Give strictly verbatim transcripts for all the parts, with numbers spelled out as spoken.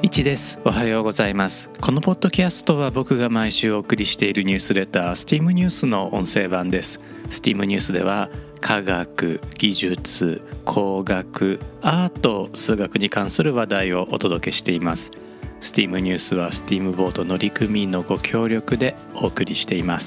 いちです。おはようございます。このポッドキャストは僕が毎週お送りしているニュースレター スティーム ニュースの音声版です。 スティーム ニュースでは科学、技術、工学、アート、数学に関する話題をお届けしています。 スティーム ニュースは スティーム ボート乗組員のご協力でお送りしています。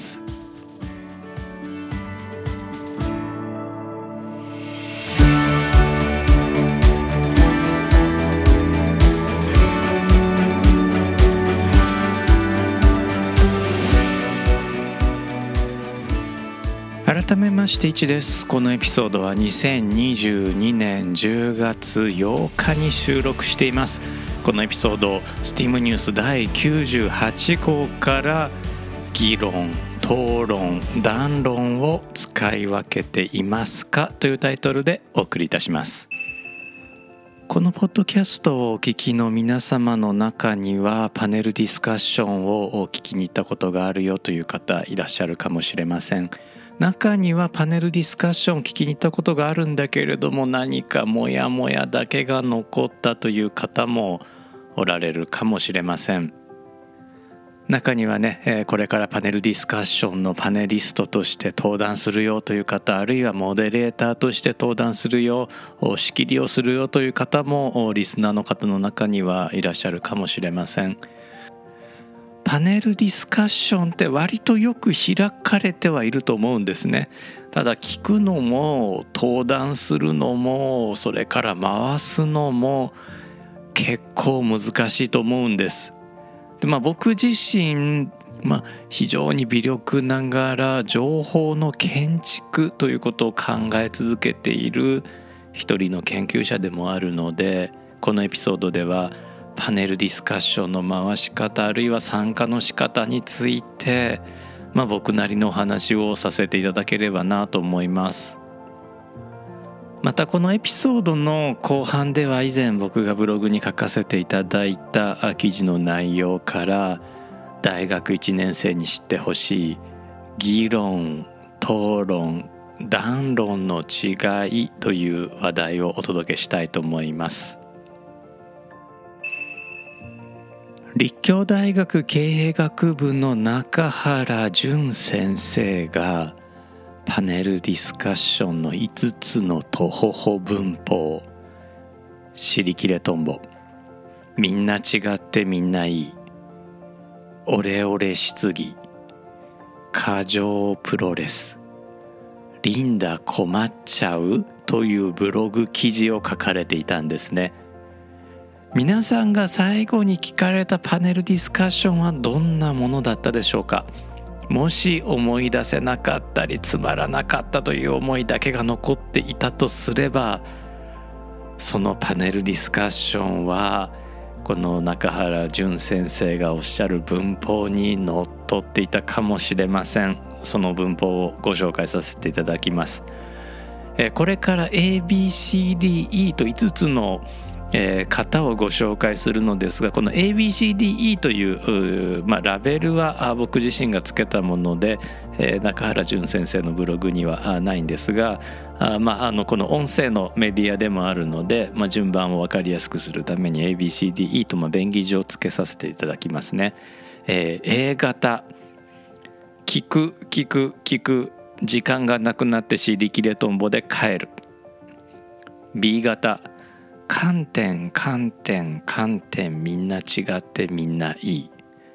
改めましていちです。このエピソードはにせんにじゅうにねんじゅうがつようかに収録しています。このエピソード スティーム ニュースだいきゅうじゅうはちごうから議論、討論、談論を使い分けていますかというタイトルでお送りいたします。このポッドキャストをお聞きの皆様の中にはパネルディスカッションを聞きに行ったことがあるよという方いらっしゃるかもしれません。中にはパネルディスカッション聞きに行ったことがあるんだけれども何かモヤモヤだけが残ったという方もおられるかもしれません。中にはね、これからパネルディスカッションのパネリストとして登壇するよという方、あるいはモデレーターとして登壇するよ、仕切りをするよという方もリスナーの方の中にはいらっしゃるかもしれません。パネルディスカッションって割とよく開かれてはいると思うんですね。ただ聞くのも登壇するのもそれから回すのも結構難しいと思うんです。で、まあ、僕自身、まあ、非常に微力ながら情報の建築ということを考え続けている一人の研究者でもあるので、このエピソードではパネルディスカッションの回し方あるいは参加の仕方について、まあ、僕なりのお話をさせていただければなと思います。またこのエピソードの後半では以前僕がブログに書かせていただいた記事の内容から大学いちねん生に知ってほしい議論、討論、談論の違いという話題をお届けしたいと思います。立教大学経営学部の中原淳先生がパネルディスカッションのいつつのとほほ文法、尻切れトンボ、みんな違ってみんないい、オレオレ質疑、過剰プロレス、リンダ困っちゃうというブログ記事を書かれていたんですね。皆さんが最後に聞かれたパネルディスカッションはどんなものだったでしょうか。もし思い出せなかったりつまらなかったという思いだけが残っていたとすれば、そのパネルディスカッションはこの中原淳先生がおっしゃる文法にのっとっていたかもしれません。その文法をご紹介させていただきます。これから エービーシーディーイー といつつのえー、型をご紹介するのですが、この エービーシーディーイー という、まあ、ラベルは僕自身がつけたもので、えー、中原淳先生のブログにはないんですが、あ、まあ、あのこの音声のメディアでもあるので、まあ、順番を分かりやすくするために エービーシーディーイー とまあ便宜上つけさせていただきますね。えー、A 型、聞く聞く聞く、時間がなくなって尻切れトンボで帰る。 B 型、観点観点観点、みんな違ってみんないい。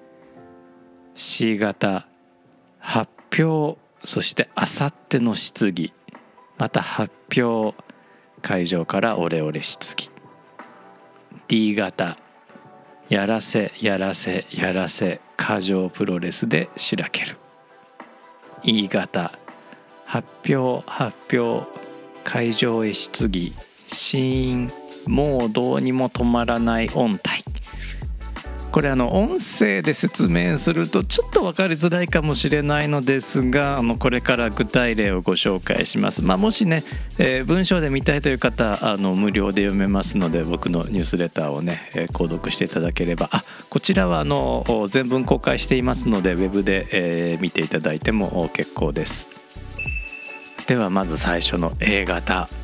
C 型、発表、そしてあさっての質疑、また発表、会場からオレオレ質疑。 D 型、やらせやらせやらせ、過剰プロレスでしらける。 E 型、発表発表、会場へ質疑、シーン、もうどうにも止まらない音体。これあの音声で説明するとちょっと分かりづらいかもしれないのですが、あのこれから具体例をご紹介します。まあ、もしね、えー、文章で見たいという方、あの無料で読めますので、僕のニュースレターをね、えー、購読していただければ、あ、こちらはあの全文公開していますので、ウェブで、えー、見ていただいても結構です。ではまず最初の A 型、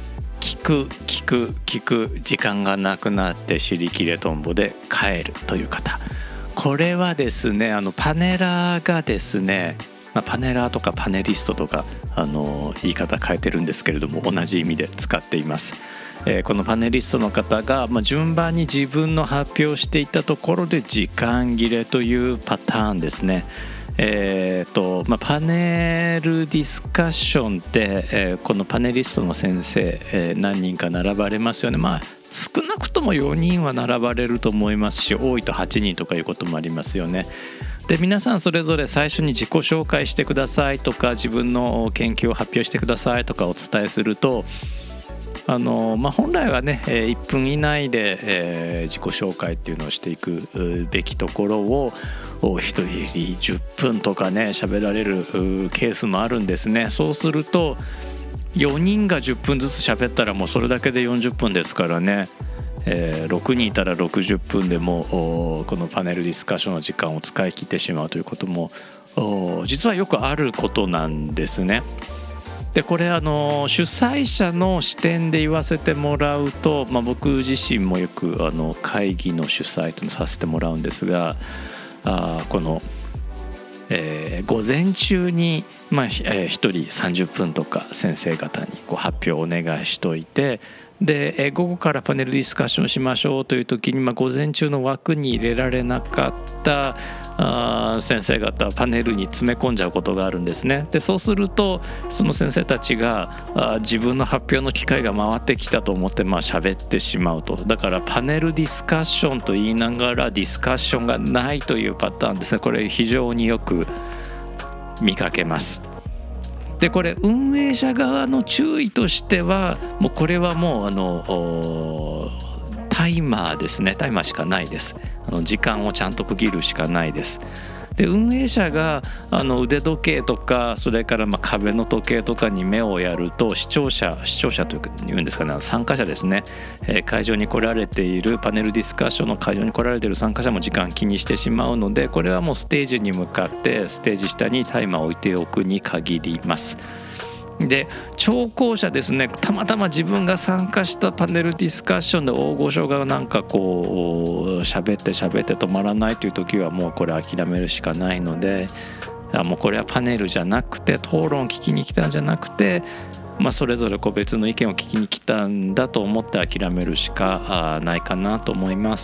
聞く聞く聞く時間がなくなって尻切れとんぼで帰るという方、これはですねあのパネラーがですね、まあ、パネラーとかパネリストとかあの言い方変えてるんですけれども同じ意味で使っています。えー、このパネリストの方が、まあ、順番に自分の発表をしていったところで時間切れというパターンですね。えーとまあ、パネルディスカッションって、えー、このパネリストの先生、えー、何人か並ばれますよね。まあ少なくともよにんは並ばれると思いますし、多いとはちにんとかいうこともありますよね。で皆さんそれぞれ最初に自己紹介してくださいとか自分の研究を発表してくださいとかお伝えすると、あのまあ、本来はねいっぷん以内で、えー、自己紹介っていうのをしていくべきところを一人じゅっぷんとかね喋られるケースもあるんですね。そうするとよにんがじゅっぷんずつ喋ったらもうそれだけでよんじゅっぷんですからね、えー、ろくにんいたらろくじゅっぷんでもこのパネルディスカッションの時間を使い切ってしまうということも実はよくあることなんですね。でこれあの主催者の視点で言わせてもらうと、まあ、僕自身もよくあの会議の主催というのをさせてもらうんですが、あこの、えー、午前中に、まあえー、ひとりさんじゅっぷんとか先生方にこう発表をお願いしといて、で、えー、午後からパネルディスカッションしましょうという時に、まあ、午前中の枠に入れられなかったあ先生方はパネルに詰め込んじゃうことがあるんですね。でそうするとその先生たちがあ自分の発表の機会が回ってきたと思ってまあ喋ってしまうと。だからパネルディスカッションと言いながらディスカッションがないというパターンですね。これ非常によく見かけます。でこれ運営者側の注意としてはもうこれはもうあのタイマーですね。タイマーしかないです。あの時間をちゃんと区切るしかないです。で運営者があの腕時計とかそれからまあ壁の時計とかに目をやると視聴者視聴者というんですかね、参加者ですね、えー、会場に来られているパネルディスカッションの会場に来られている参加者も時間気にしてしまうので、これはもうステージに向かってステージ下にタイマーを置いておくに限ります。で聴講者ですね、たまたま自分が参加したパネルディスカッションで大御所がなんかこう喋って喋って止まらないという時はもうこれ諦めるしかないので、もうこれはパネルじゃなくて討論を聞きに来たんじゃなくて、まあ、それぞれ個別の意見を聞きに来たんだと思って諦めるしかないかなと思います。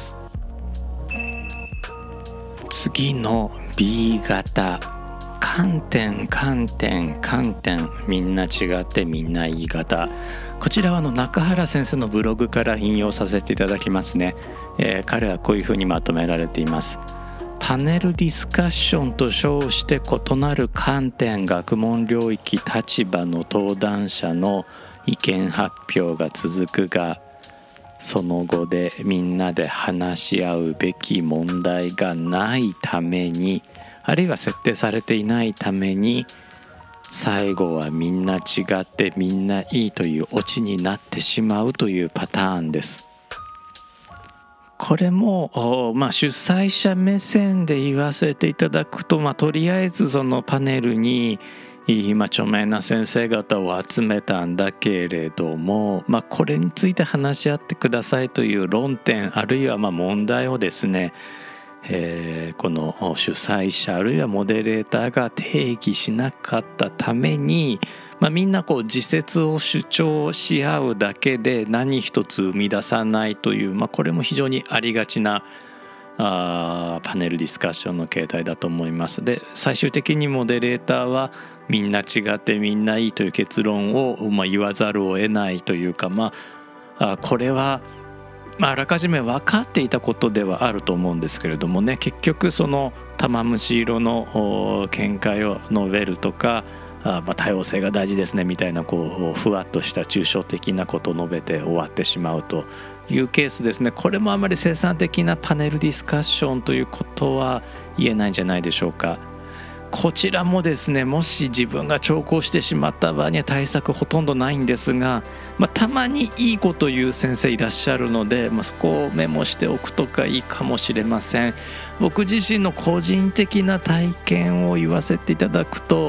次の ビー 型、観点観点観点、みんな違ってみんないい型。こちらはあの中原先生のブログから引用させていただきますね。えー、彼はこういうふうにまとめられています。パネルディスカッションと称して異なる観点、学問領域、立場の登壇者の意見発表が続くが、その後でみんなで話し合うべき問題がないために、あるいは設定されていないために、最後はみんな違ってみんないいというオチになってしまうというパターンです。これも、まあ、主催者目線で言わせていただくと、まあ、とりあえずそのパネルに今著名な先生方を集めたんだけれども、まあ、これについて話し合ってくださいという論点、あるいはまあ問題をですね、えー、この主催者あるいはモデレーターが定義しなかったために、まあ、みんなこう自説を主張し合うだけで何一つ生み出さないという、まあ、これも非常にありがちなあパネルディスカッションの形態だと思います。で最終的にモデレーターはみんな違ってみんないいという結論を、まあ、言わざるを得ないというか、まあ、あこれはまあ、あらかじめ分かっていたことではあると思うんですけれどもね、結局その玉虫色の見解を述べるとか、あまあ多様性が大事ですねみたいなこうふわっとした抽象的なことを述べて終わってしまうというケースですね。これもあまり生産的なパネルディスカッションということは言えないんじゃないでしょうか。こちらもですね、もし自分が聴講してしまった場合には対策ほとんどないんですが、まあ、たまにいいこと言う先生いらっしゃるので、まあ、そこをメモしておくとかいいかもしれません。僕自身の個人的な体験を言わせていただくと、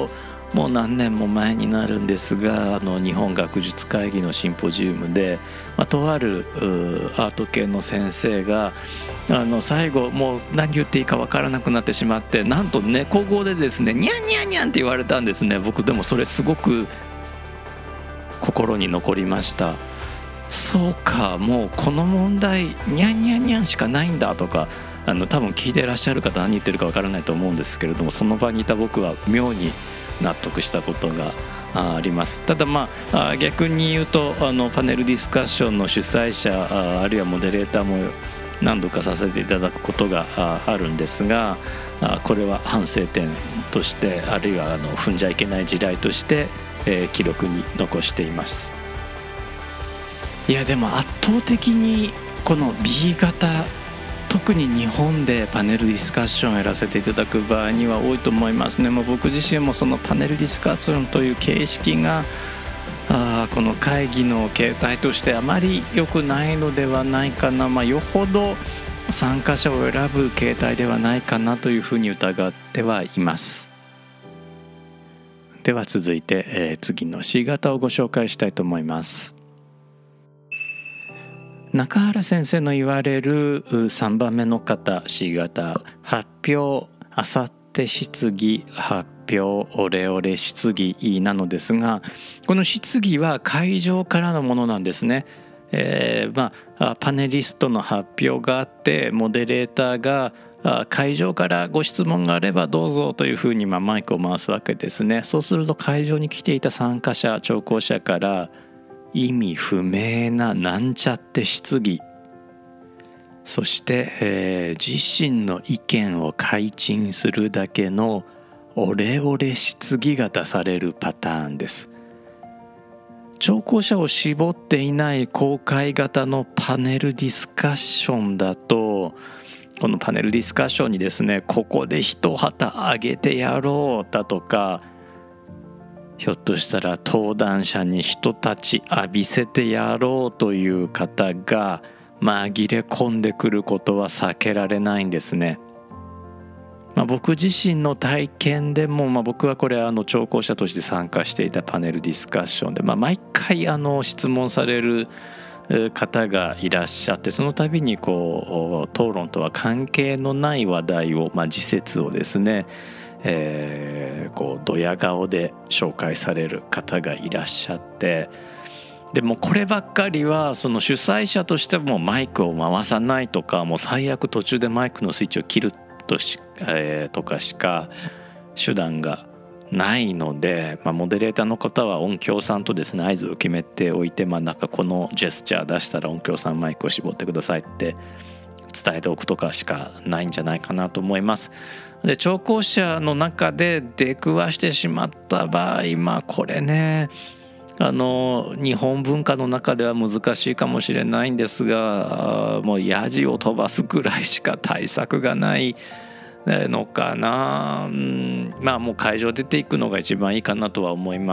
もう何年も前になるんですが、あの日本学術会議のシンポジウムで、まあ、とあるアート系の先生があの最後もう何言っていいか分からなくなってしまって、なんと猫語でですね、ニャンニャンニャンって言われたんですね。僕でもそれすごく心に残りました。そうか、もうこの問題ニャンニャンニャンしかないんだとか、あの多分聞いていらっしゃる方何言ってるか分からないと思うんですけれども、その場にいた僕は妙に納得したことがあります。ただまあ逆に言うと、あのパネルディスカッションの主催者 あ, あるいはモデレーターも何度かさせていただくことがあるんですが、これは反省点として、あるいはあの踏んじゃいけない地雷として、えー、記録に残しています。いやでも圧倒的にこの ビー 型、特に日本でパネルディスカッションをやらせていただく場合には多いと思いますね。もう僕自身もそのパネルディスカッションという形式があこの会議の形態としてあまり良くないのではないかな、まあ、よほど参加者を選ぶ形態ではないかなというふうに疑ってはいます。では続いて、えー、次の シー 型をご紹介したいと思います。中原先生の言われるさんばんめの方 シー 型、発表、あさって質疑、発表、オレオレ質疑なのですが、この質疑は会場からのものなんですね。えーまあ、パネリストの発表があって、モデレーターが会場からご質問があればどうぞというふうにまあマイクを回すわけですね。そうすると会場に来ていた参加者、聴講者から意味不明ななんちゃって質疑、そして、えー、自身の意見を開陳するだけのオレオレ質疑が出されるパターンです。聴講者を絞っていない公開型のパネルディスカッションだと、このパネルディスカッションにですね、ここで一旗あげてやろうだとか、ひょっとしたら登壇者に一たち浴びせてやろうという方が紛れ込んでくることは避けられないんですね。まあ、僕自身の体験でも、まあ、僕はこれあの聴講者として参加していたパネルディスカッションで、まあ、毎回あの質問される方がいらっしゃって、その度にこう討論とは関係のない話題を、まあ、時節をですね、えー、こうドヤ顔で紹介される方がいらっしゃって、でもこればっかりはその主催者としてもマイクを回さないとか、もう最悪途中でマイクのスイッチを切るとし、えー、とかしか手段がないので、まあ、モデレーターの方は音響さんとですね合図を決めておいて、まあ、なんかこのジェスチャー出したら音響さんマイクを絞ってくださいって伝えておくとかしかないんじゃないかなと思います。で、聴講者の中で出くわしてしまった場合、まあこれね、あの日本文化の中では難しいかもしれないんですが、もうヤジを飛ばすくらいしか対策がないのかな。うん、まあもう会場出ていくのが一番いいかなとは思います。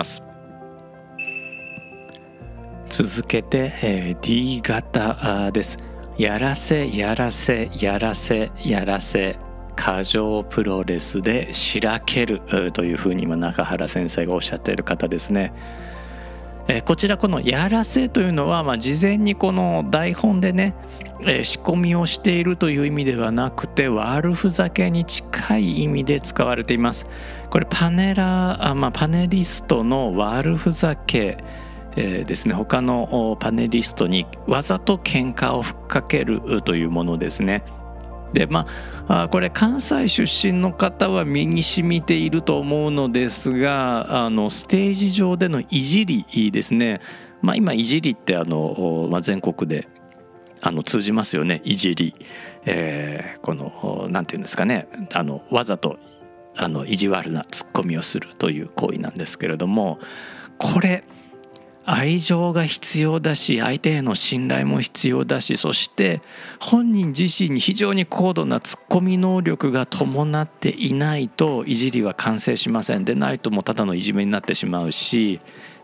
続けて、えー、ディー 型です。やらせやらせやらせやらせ過剰プロレスでしらけるというふうに今中原先生がおっしゃっている方ですね。えー、こちらこのやらせというのは、まあ、事前にこの台本でね、えー、仕込みをしているという意味ではなくて、悪ふざけに近い意味で使われています。これパネラー、あ、まあ、パネリストの悪ふざけ、えー、ですね、他のパネリストにわざと喧嘩をふっかけるというものですね。で、まあ、これ関西出身の方は身に染みていると思うのですが、あのステージ上でのいじりですね、まあ、今いじりってあの、まあ、全国であの通じますよね。いじり、えー、このなんていうんですかね、あのわざとあの意地悪なツッコミをするという行為なんですけれども、これ愛情が必要だし、相手への信頼も必要だし、そして本人自身に非常に高度なツッコミ能力が伴っていないといじりは完成しません。でないともうただのいじめになってしまうし、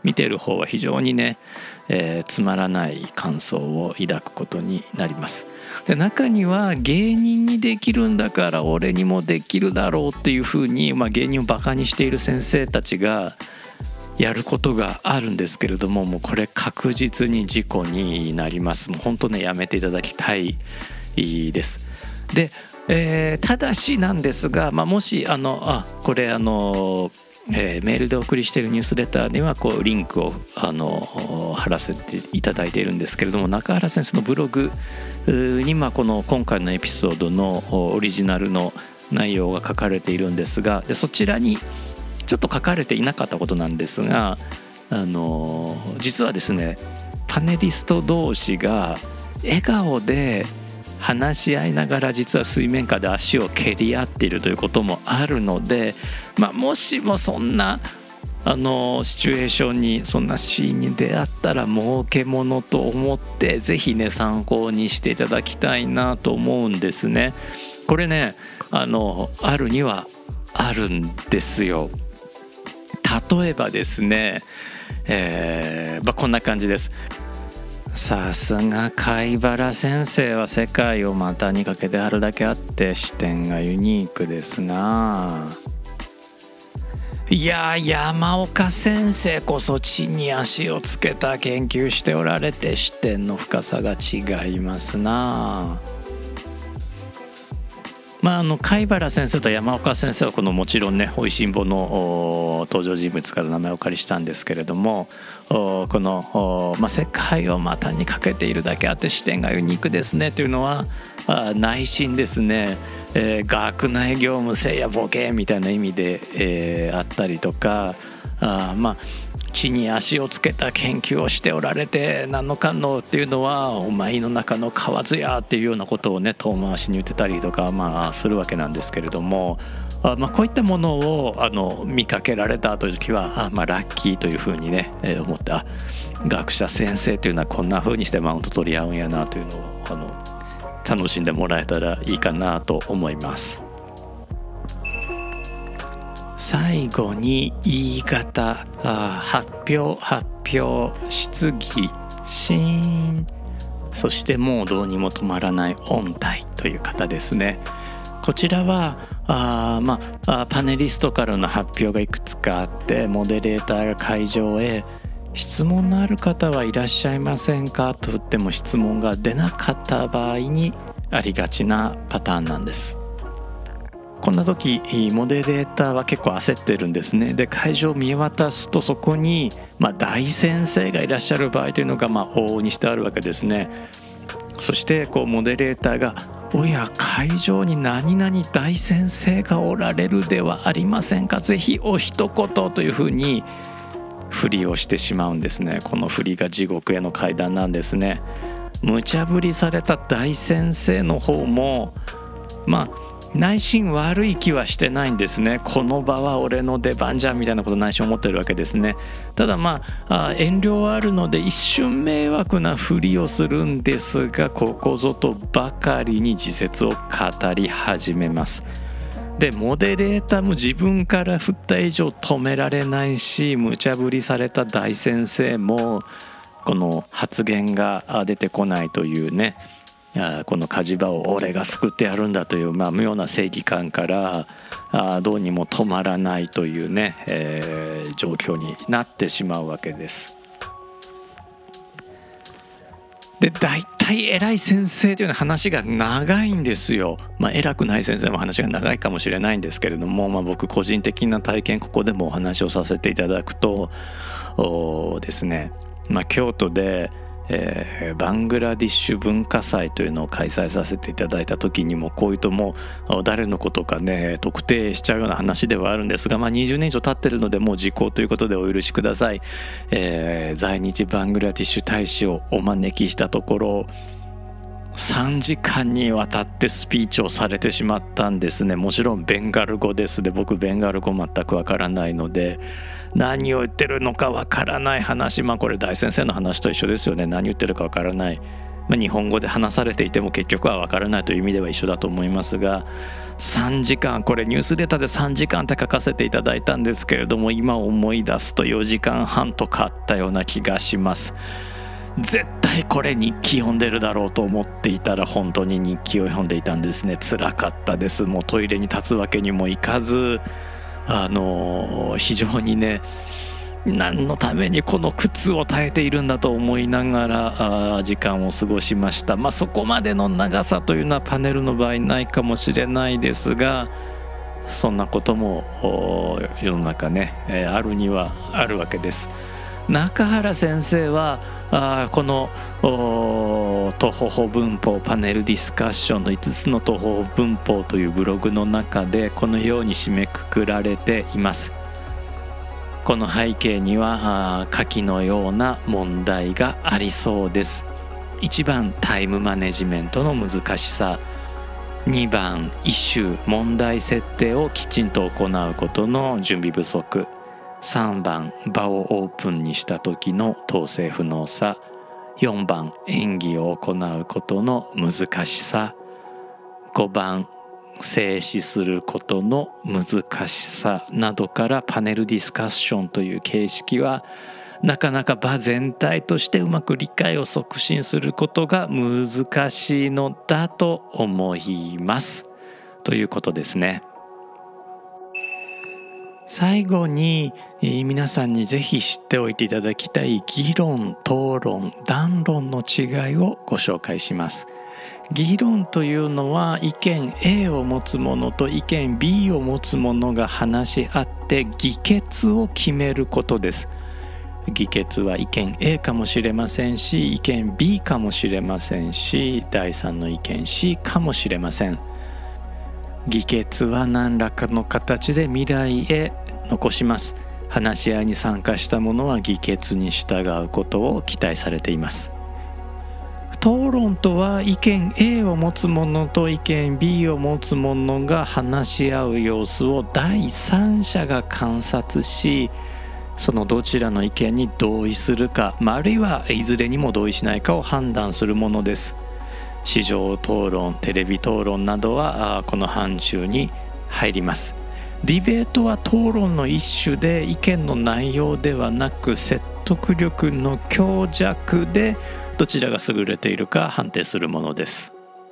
見てる方は非常にね、えー、つまらない感想を抱くことになります。で中には芸人にできるんだから俺にもできるだろうっていうふうに、まあ、芸人をバカにしている先生たちがやることがあるんですけれども、もうこれ確実に事故になります。もう本当ねやめていただきたいです。で、えー、ただしなんですが、まあ、もしあのあこれあのえー、メールでお送りしているニュースレターにはこうリンクをあの貼らせていただいているんですけれども、中原先生のブログにまあこの今回のエピソードのオリジナルの内容が書かれているんですが、でそちらにちょっと書かれていなかったことなんですが、あの実はですねパネリスト同士が笑顔で話し合いながら実は水面下で足を蹴り合っているということもあるので、まあ、もしもそんなあのシチュエーションにそんなシーンに出会ったら儲けものと思ってぜひね参考にしていただきたいなと思うんですね。これねあのあるにはあるんですよ。例えばですね、えーまあ、こんな感じです。さすが貝原先生は世界を股にかけてあるだけあって視点がユニークですな。いや山岡先生こそ地に足をつけた研究しておられて視点の深さが違いますな。まあ、あの貝原先生と山岡先生はこのもちろんねおいしんぼの登場人物から名前をお借りしたんですけれども、この、まあ、世界を股にかけているだけあって視点がユニークですねというのは内心ですね、えー、学内業務せいやボケみたいな意味で、えー、あったりとか、あまあ地に足をつけた研究をしておられて何のかんのっていうのはお前の中の蛙やっていうようなことをね遠回しに言ってたりとか、まあ、するわけなんですけれども、あ、まあ、こういったものをあの見かけられたという時はあ、まあ、ラッキーというふうにね、えー、思った学者先生というのはこんなふうにしてマウント取り合うんやなというのをあの楽しんでもらえたらいいかなと思います。最後に言い方、あ発表発表質疑シーン、そしてもうどうにも止まらない音体という方ですね。こちらはあ、まあ、パネリストからの発表がいくつかあって、モデレーターが会場へ質問のある方はいらっしゃいませんかと言っても質問が出なかった場合にありがちなパターンなんです。こんな時モデレーターは結構焦ってるんですね。で会場を見渡すとそこに、まあ、大先生がいらっしゃる場合というのがまあ往々にしてあるわけですね。そしてこうモデレーターがおや会場に何々大先生がおられるではありませんか、ぜひお一言というふうに振りをしてしまうんですね。この振りが地獄への階段なんですね。無茶ぶりされた大先生の方もまあ内心悪い気はしてないんですね。この場は俺の出番じゃんみたいなことを内心思ってるわけですね。ただまあ、あ遠慮はあるので一瞬迷惑なふりをするんですが、ここぞとばかりに自説を語り始めます。でモデレーターも自分から振った以上止められないし、無茶ぶりされた大先生もこの発言が出てこないというね、この火事場を俺が救ってやるんだという、まあ、妙な正義感からあどうにも止まらないというね、えー、状況になってしまうわけです。で大体偉い先生というのは話が長いんですよ。まあ、偉くない先生も話が長いかもしれないんですけれども、まあ、僕個人的な体験ここでもお話をさせていただくとですね、まあ、京都でえー、バングラディッシュ文化祭というのを開催させていただいた時にもこういうともう誰のことかね特定しちゃうような話ではあるんですが、まあ、にじゅうねん以上経ってるのでもう時効ということでお許しください。えー、在日バングラディッシュ大使をお招きしたところさんじかんにわたってスピーチをされてしまったんですね。もちろんベンガル語です。で僕ベンガル語全くわからないので何を言ってるのかわからない話、まあこれ大先生の話と一緒ですよね。何言ってるかわからないまあ、日本語で話されていても結局は分からないという意味では一緒だと思いますが、さんじかん、これニュースレターでさんじかんって書かせていただいたんですけれども、今思い出すとよじかんはんとかあったような気がします。絶対これ日記読んでるだろうと思っていたら本当に日記を読んでいたんですね。辛かったです。もうトイレに立つわけにもいかず、あの非常にね、何のためにこの苦痛を耐えているんだと思いながらあ時間を過ごしました。まあそこまでの長さというのはパネルの場合ないかもしれないですが、そんなことも世の中ね、えー、あるにはあるわけです。中原先生はあこのトホホ文法パネルディスカッションのいつつのトホホ文法というブログの中でこのように締めくくられています。この背景には下記のような問題がありそうです。いちばんタイムマネジメントの難しさ、にばんイシュー問題設定をきちんと行うことの準備不足、さんばん場をオープンにした時の統制不能さ、よんばん演技を行うことの難しさ、ごばん静止することの難しさなどからパネルディスカッションという形式はなかなか場全体としてうまく理解を促進することが難しいのだと思いますということですね。最後に皆さんにぜひ知っておいていただきたい議論、討論、談論の違いをご紹介します。議論というのは意見 A を持つ者と意見 B を持つ者が話し合って議決を決めることです。議決は意見 A かもしれませんし、意見 B かもしれませんし、第三の意見 C かもしれません。議決は何らかの形で未来へ残します。話し合いに参加した者は議決に従うことを期待されています。討論とは意見 A を持つ者と意見 B を持つ者が話し合う様子を第三者が観察し、そのどちらの意見に同意するか、あるいはいずれにも同意しないかを判断するものです。市場討論、テレビ討論などはこの範疇に入ります。ディベートは討論の一種で、意見の内容ではなく説得力の強弱でどちらが優れているか判定するものです。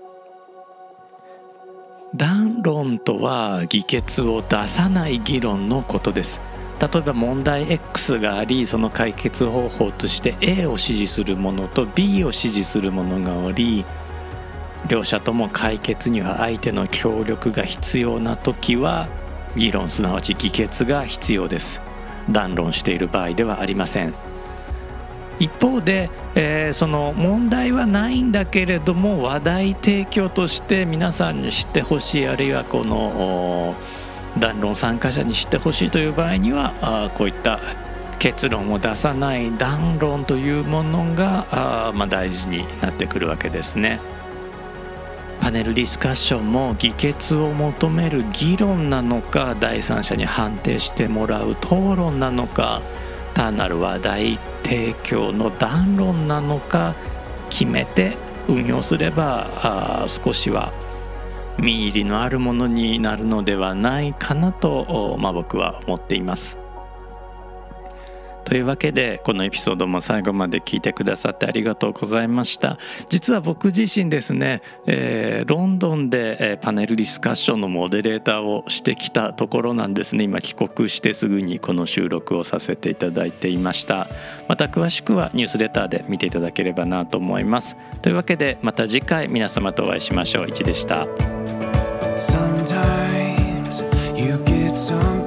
談論とは議決を出さない議論のことです。例えば問題 X があり、その解決方法として A を支持する者と B を支持する者がおり、両者とも解決には相手の協力が必要な時は議論、すなわち議決が必要です。談論している場合ではありません。一方で、えー、その問題はないんだけれども話題提供として皆さんに知ってほしい、あるいはこの談論参加者に知ってほしいという場合には、あこういった結論を出さない談論というものがあ、まあ、大事になってくるわけですね。パネルディスカッションも議決を求める議論なのか、第三者に判定してもらう討論なのか、単なる話題提供の談論なのか決めて運用すれば、あ少しは実入りのあるものになるのではないかなと、まあ、僕は思っています。というわけでこのエピソードも最後まで聞いてくださってありがとうございました。実は僕自身ですね、えー、ロンドンで、えー、パネルディスカッションのモデレーターをしてきたところなんですね。今帰国してすぐにこの収録をさせていただいていました。また詳しくはニュースレターで見ていただければなと思います。というわけでまた次回皆様とお会いしましょう。いちでした。Sometimes you get some